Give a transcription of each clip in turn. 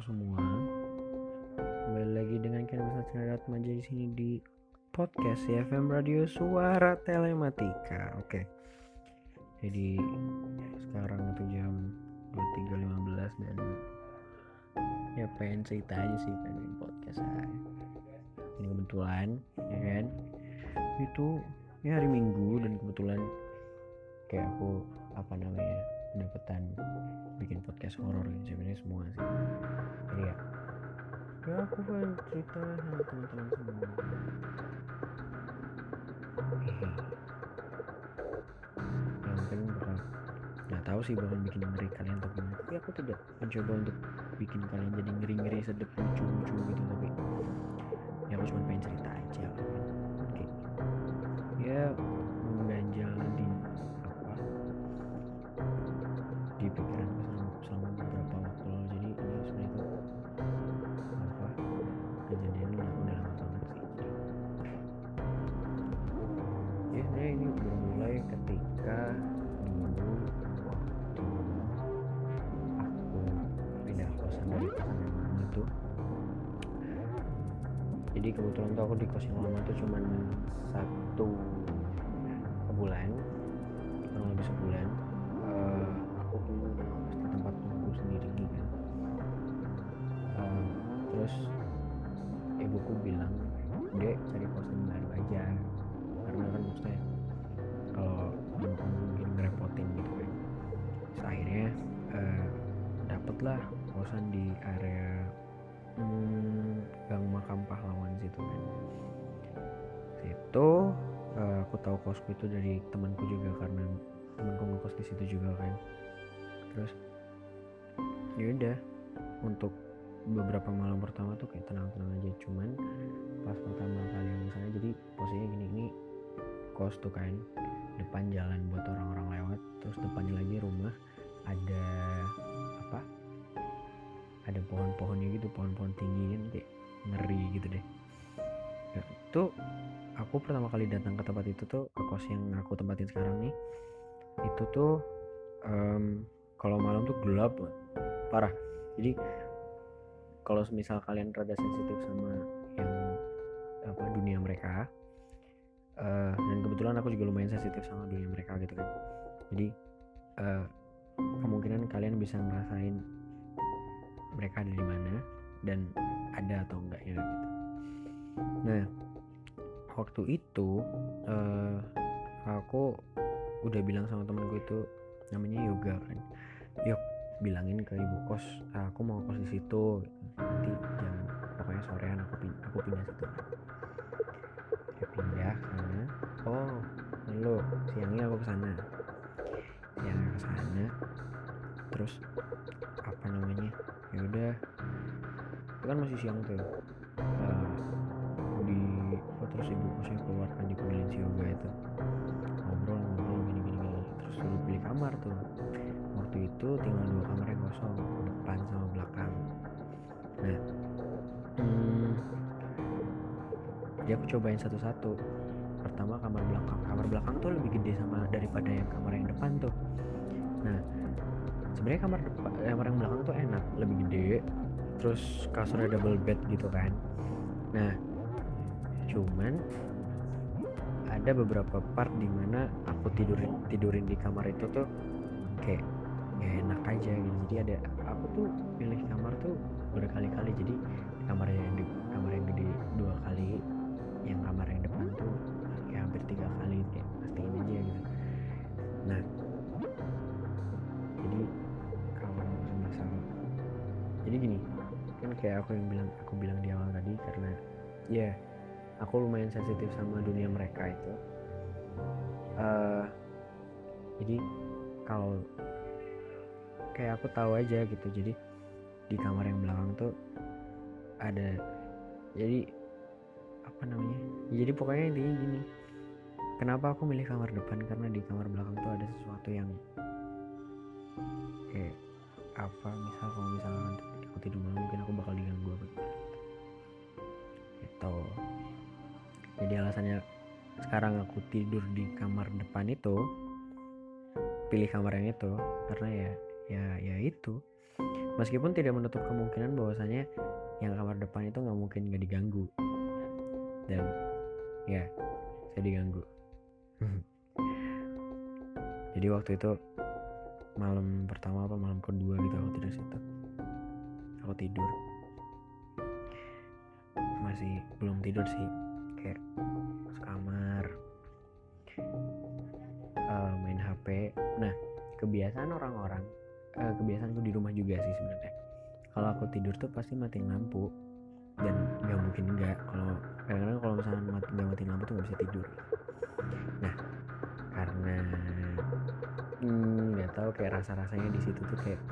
semua. Kembali lagi dengan Ken Bersat Remaja di sini di podcast CFM Radio Suara Telematika. Oke. Jadi sekarang itu jam 23.15 dan ya pengen cerita aja sih, pengen podcast aja. Ini kebetulan ya kan, itu ya hari Minggu dan kebetulan kayak aku pendapetan bikin podcast horor gitu sebenarnya semua sih. Jadi ya aku pengen cerita sama teman-teman semua. Ya mungkin nggak tahu sih bakal bikin ngeri kalian atau gimana, tapi aku tidak mencoba untuk bikin kalian jadi ngeri-ngeri sedep lucu-lucu gitu, tapi ya aku cuma pengen cerita aja kan. Ya mengganjal di pikiran selama beberapa waktu lalu. Jadi ini sebenarnya kejadian udah lama banget sih. Ya sebenarnya ini bermulai ketika dulu waktu aku pindah kosan dari kosan yang lama tuh. Jadi kebetulan tuh aku di kos yang lama tuh cuman sebulan, kurang lebih sebulan. Aku dulu ngekos di tempat tunggu sendiri kan. Terus ibuku bilang, "Dek, cari kosan baru aja, karena kan maksudnya kalau di kamu mungkin ngerepotin gitu kan." Terus akhirnya dapatlah kosan di area Gang Makam Pahlawan situ kan. Situ aku tahu kosku itu dari temanku juga, karena temanku ngekos di situ juga kan. Terus ya udah, untuk beberapa malam pertama tuh kayak tenang-tenang aja. Cuman pas pertama kali yang sana, jadi posisinya gini, ini kos tuh kan, depan jalan buat orang-orang lewat, terus depannya lagi rumah ada pohon-pohonnya gitu, pohon-pohon tinggi kan, kayak ngeri gitu deh. Ya, itu aku pertama kali datang ke tempat itu tuh, ke kos yang aku tempatin sekarang nih, itu tuh kalau malam tuh gelap parah. Jadi kalau misal kalian rada sensitif sama yang dunia mereka, dan kebetulan aku juga lumayan sensitif sama dunia mereka gitu kan, jadi kemungkinan kalian bisa ngerasain mereka ada di mana dan ada atau enggaknya gitu. Nah, waktu itu aku udah bilang sama temanku itu, namanya Yoga kan, "Yuk, bilangin ke ibu kos aku mau kos di situ, nanti jam pokoknya sorean aku pindah situ." Dia pindah sana. Oh, lalu siangnya aku kesana. Terus ya udah, itu kan masih siang tuh. Terus ibu kosnya keluar kan, dipanggilin si Yoga itu, ngobrol gini, terus suruh pilih kamar tuh. Waktu itu tinggal 2 kamar yang kosong, depan sama belakang. Nah, jadi aku cobain satu-satu. Pertama kamar belakang tuh lebih gede daripada yang kamar yang depan tuh. Nah, sebenarnya kamar yang belakang tuh enak, lebih gede, terus kasurnya double bed gitu kan. Nah, cuman ada beberapa part dimana aku tidurin di kamar itu tuh kayak gak enak aja gitu. Jadi aku tuh pilih kamar tuh berkali-kali. Jadi kamar yang gede 2 kali, yang kamar yang depan tuh ya hampir 3 kali, kayak pastiin aja gitu. Nah, jadi kalau masalah, jadi gini kan, kayak aku bilang di awal tadi, karena ya aku lumayan sensitif sama dunia mereka itu. Jadi kalau kayak aku tahu aja gitu. Jadi di kamar yang belakang tuh ada, jadi jadi pokoknya intinya gini, kenapa aku milih kamar depan, karena di kamar belakang tuh ada sesuatu yang kayak misal kalau misalkan aku tidur malam, mungkin aku bakal diganggu gitu. Jadi alasannya sekarang aku tidur di kamar depan itu, pilih kamar yang itu, karena ya itu meskipun tidak menutup kemungkinan bahwasanya yang kamar depan itu nggak mungkin nggak diganggu, dan ya saya diganggu. Jadi waktu itu malam pertama apa malam kedua gitu aku tidur situ. Aku tidur masih belum tidur sih, kayak sekamar main HP. Nah kebiasaan orang-orang, kebiasaanku di rumah juga sih sebenarnya, kalau aku tidur tuh pasti matiin lampu, dan nggak mungkin enggak, kalau kadang-kadang kalau misalnya nggak matiin lampu tuh nggak bisa tidur. Nah karena nggak tahu kayak rasa-rasanya di situ tuh kayak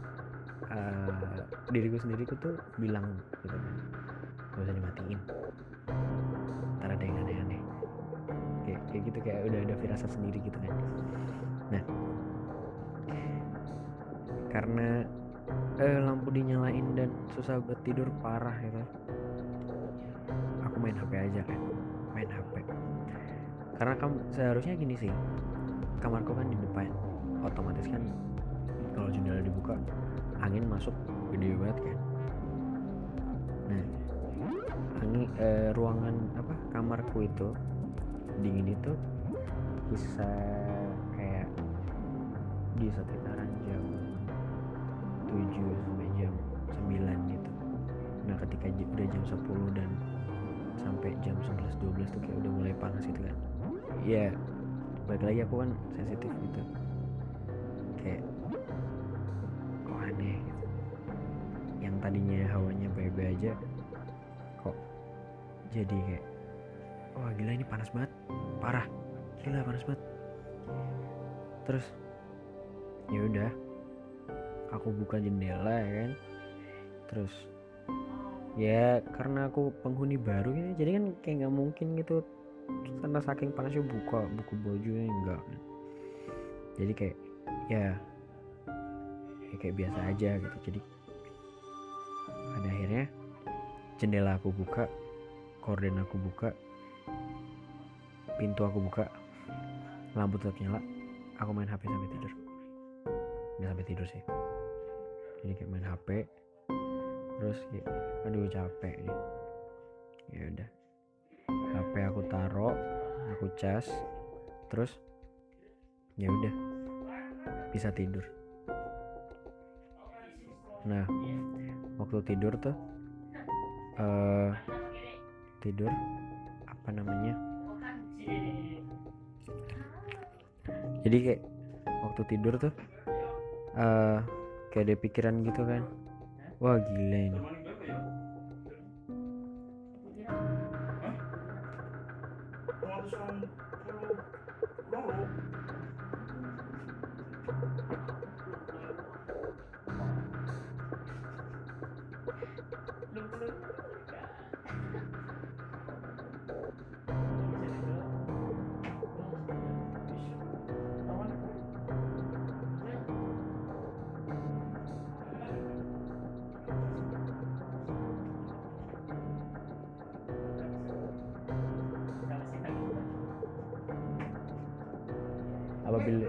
diriku sendiriku tuh bilang gitu kan, gak usah dimatiin, ntar ada yang aneh-aneh, kayak gitu, kayak udah ada firasat sendiri gitu kan. Nah karena lampu dinyalain dan susah buat tidur parah gitu, aku main HP aja kan, main HP. Karena seharusnya gini sih, kamarku kan di depan, otomatis kan kalau jendela dibuka angin masuk gede banget kan. Nah angin ruangan apa kamarku itu dingin itu bisa kayak di sekitaran jam 7 sampai jam 9 gitu. Nah ketika udah jam 10 dan sampai jam 11-12 tuh kayak udah mulai panas gitu kan. Ya balik lagi aku kan sensitif gitu, kayak kok aneh gitu, yang tadinya hawanya baik-baik aja kok jadi kayak wah gila ini panas banget, parah, gila panas banget. Terus ya udah aku buka jendela ya kan, terus ya karena aku penghuni baru gitu, jadi kan kayak nggak mungkin gitu karena saking panasnya buka bajunya enggak, jadi kayak ya kayak biasa aja gitu. Jadi pada akhirnya jendela aku buka, korden aku buka, pintu aku buka, lampu tetap nyala, aku main HP sampai tidur. Nggak sampai tidur sih, jadi kayak main HP terus kayak aduh capek nih, ya udah HP aku taruh, aku cas, terus ya udah bisa tidur. Nah waktu tidur tuh tidur apa namanya, jadi kayak waktu tidur tuh kayak ada pikiran gitu kan, wah gila ini apabila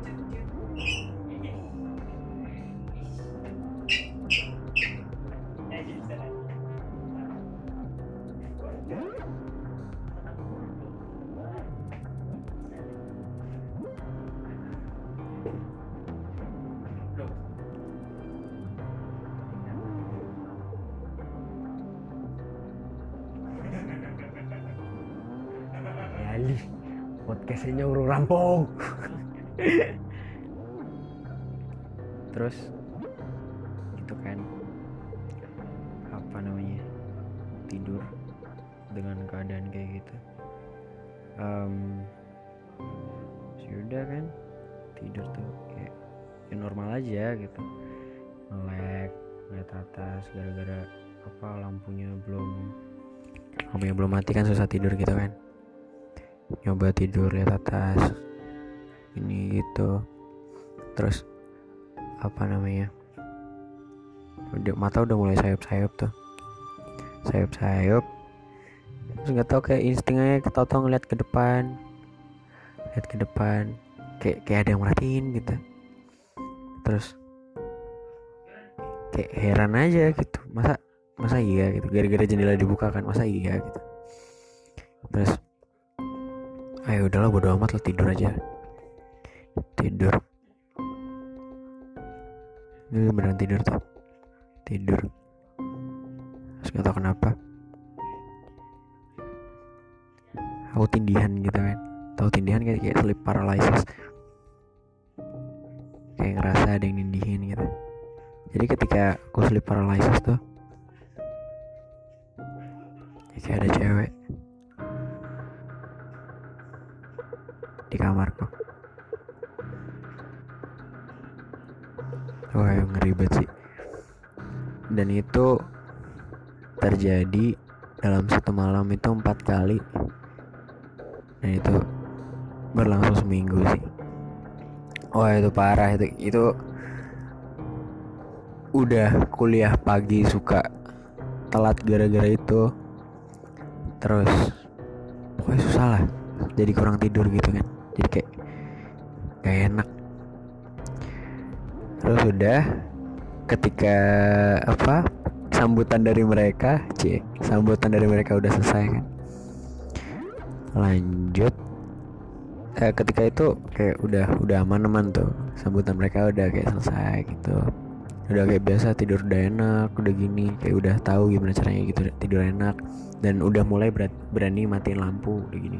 Yali podcastnya urung rampung. Terus gitu kan, apa namanya, tidur dengan keadaan kayak gitu, sudah kan tidur tuh kayak ya normal aja gitu, melek lihat atas gara-gara apa lampunya belum mati kan, susah tidur gitu kan, nyoba tidur lihat atas ini gitu. Terus apa namanya, mata udah mulai sayup tuh, terus nggak tahu kayak instingnya ketawa ngeliat ke depan, kayak ada yang merhatiin gitu. Terus kayak heran aja gitu, masa iya gitu, gara-gara jendela dibuka kan, masa iya gitu. Terus ayo udahlah bodo amat lah, tidur aja. Tidur, ini beneran tidur tuh, tidur. Terus gak tau kenapa aku tindihan gitu kan. Tahu tindihan kayak sleep paralysis, kayak ngerasa ada yang nindihin gitu. Jadi ketika aku sleep paralysis tuh kayak ada cewek di kamarku. Wah, yang ngeribet sih. Dan itu terjadi dalam satu malam itu 4 kali. Dan itu berlangsung seminggu sih. Wah, itu parah. Itu udah kuliah pagi suka telat gara-gara itu. Terus pokoknya susah lah, jadi kurang tidur gitu kan, jadi kayak gak enak. Terus udah ketika sambutan dari mereka udah selesai kan, lanjut ketika itu kayak udah aman-aman tuh, sambutan mereka udah kayak selesai gitu, udah kayak biasa, tidur udah enak, udah gini, kayak udah tahu gimana caranya gitu tidur enak, dan udah mulai berani matiin lampu, udah gini.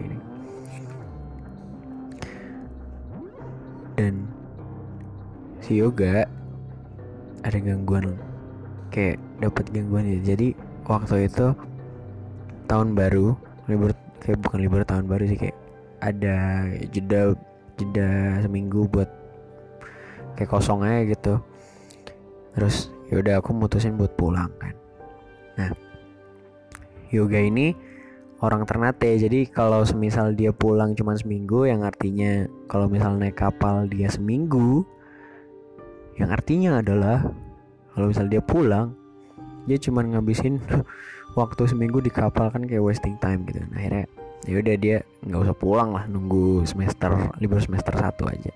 Dan si Yoga ada gangguan, kayak dapat gangguan ya. Jadi waktu itu tahun baru, bukan libur tahun baru sih, kayak ada jeda seminggu buat kayak kosong aja gitu. Terus yaudah aku mutusin buat pulang kan. Nah, Yoga ini orang Ternate, jadi kalau semisal dia pulang cuma seminggu, yang artinya kalau misal naik kapal dia seminggu, yang artinya adalah kalau misal dia pulang dia cuma ngabisin waktu seminggu di kapal, kan kayak wasting time gitu. Nah, akhirnya yaudah dia nggak usah pulang lah, nunggu libur semester 1 aja.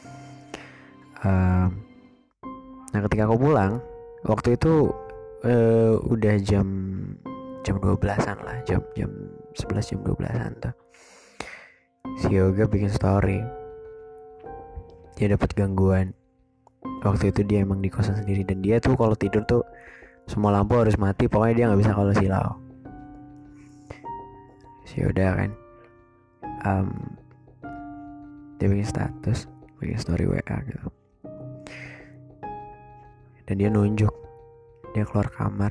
Nah, ketika aku pulang waktu itu udah jam 12-an lah, jam 11 jam 12-an tuh. Si Yoga bikin story, dia dapat gangguan. Waktu itu dia emang di kosan sendiri, dan dia tuh kalau tidur tuh semua lampu harus mati, pokoknya dia nggak bisa kalau silau. Si Yoga kan dia bikin status, bikin story WA gitu, dan dia nunjuk dia keluar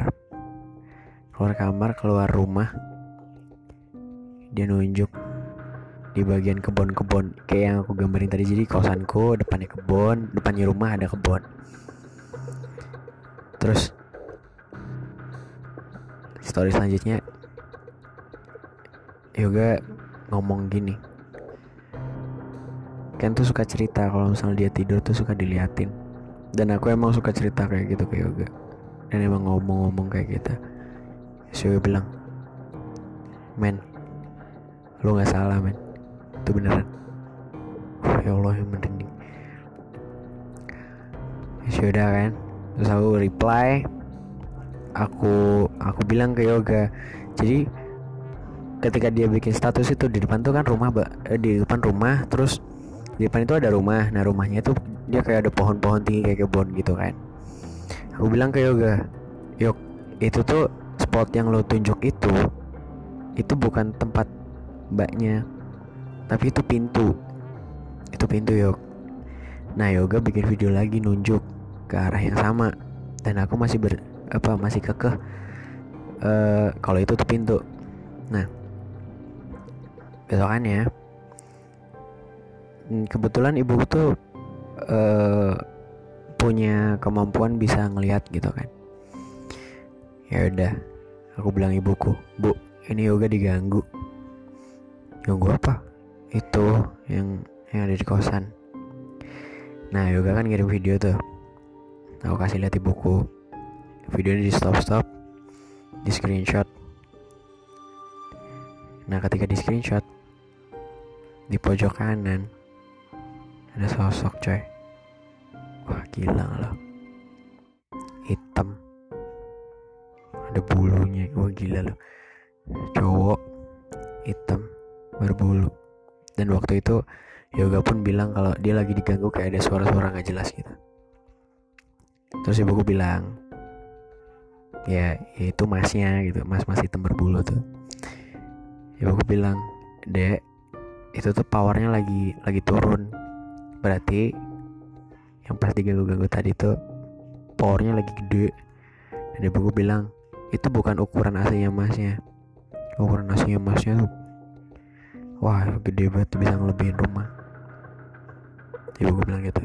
keluar rumah, dia nunjuk di bagian kebun kayak yang aku gambarin tadi. Jadi kosanku depannya kebun, depannya rumah ada kebun. Terus story selanjutnya Yoga ngomong gini, Ken tuh suka cerita kalau misalnya dia tidur tuh suka diliatin, dan aku emang suka cerita kayak gitu ke Yoga, dan emang ngomong kayak gitu. Si Yoga bilang, men, lu gak salah men, itu beneran. Ya Allah, yang merinding. Sudah kan, terus aku reply, aku bilang ke Yoga. Jadi ketika dia bikin status itu di depan tuh kan rumah, di depan rumah, terus di depan itu ada rumah. Nah, rumahnya itu dia kayak ada pohon-pohon tinggi kayak kebun gitu kan. Aku bilang ke Yoga, Yok, itu tuh spot yang lo tunjuk itu bukan tempat mbaknya, tapi itu pintu Yok. Nah, Yoga bikin video lagi nunjuk ke arah yang sama, dan aku masih kekeh kalau itu tuh pintu. Nah, besokannya kebetulan ibuku tuh punya kemampuan bisa ngelihat gitu kan. Ya udah, aku bilang ibuku, Bu, ini Yoga diganggu. Ganggu apa? Itu yang ada di kosan. Nah, Yoga kan ngirim video tuh, aku kasih lihat ibuku. Videonya di stop, di screenshot. Nah, ketika di screenshot, di pojok kanan ada sosok, coy. Wah, gila loh. hitam, ada bulunya. Wah gila loh, cowok hitam berbulu. Dan waktu itu Yoga pun bilang kalau dia lagi diganggu kayak ada suara-suara gak jelas gitu. Terus ibuku bilang, ya itu masnya gitu, mas hitam berbulu tuh. Ibuku bilang, dek, itu tuh powernya lagi turun. Berarti yang pas diganggu-ganggu tadi tuh powernya lagi gede. Dan ibuku bilang, itu bukan ukuran aslinya masnya. Ukuran aslinya masnya tuh, wah gede banget, bisa ngelebihin rumah. Ibuku bilang gitu.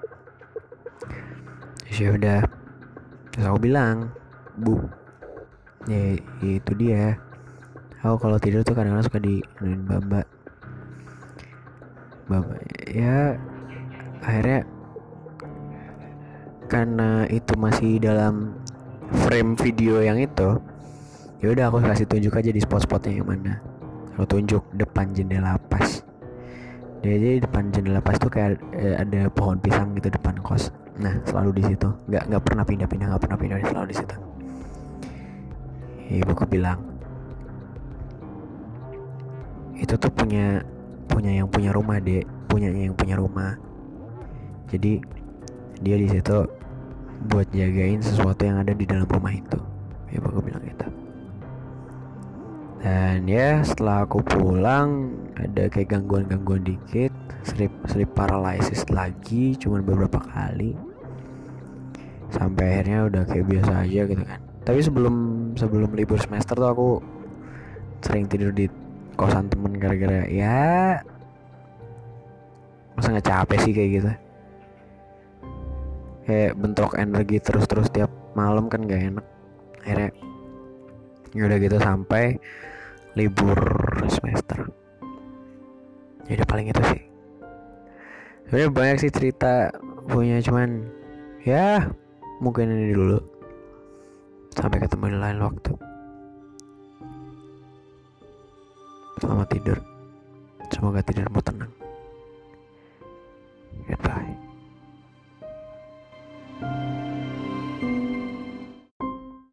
Terus ya udah, terus aku bilang, bu, ya itu dia. Aku kalau tidur tuh kadang-kadang suka dianuin baba. Ya akhirnya karena itu masih dalam frame video yang itu, ya udah aku kasih tunjuk aja di spot-spotnya yang mana. Aku tunjuk depan jendela pas. Jadi depan jendela pas tuh kayak ada pohon pisang gitu depan kos. Nah selalu di situ, nggak pernah pindah-pindah, selalu di situ. Ibuku bilang, itu tuh punya yang punya rumah, dek, punyanya yang punya rumah. Jadi dia di situ buat jagain sesuatu yang ada di dalam rumah itu. Ibuku bilang gitu. Dan ya setelah aku pulang ada kayak gangguan dikit, sleep paralysis lagi, cuman beberapa kali, sampai akhirnya udah kayak biasa aja gitu kan. Tapi sebelum libur semester tuh aku sering tidur di kosan temen gara-gara ya masa nggak capek sih kayak gitu, kayak bentrok energi terus tiap malam kan nggak enak. Akhirnya ya udah gitu sampai libur semester. Ya udah paling itu sih. Sebenarnya banyak sih cerita punya, cuman ya mungkin ini dulu. Sampai ketemu di lain waktu. Selamat tidur. Semoga tidurmu tenang.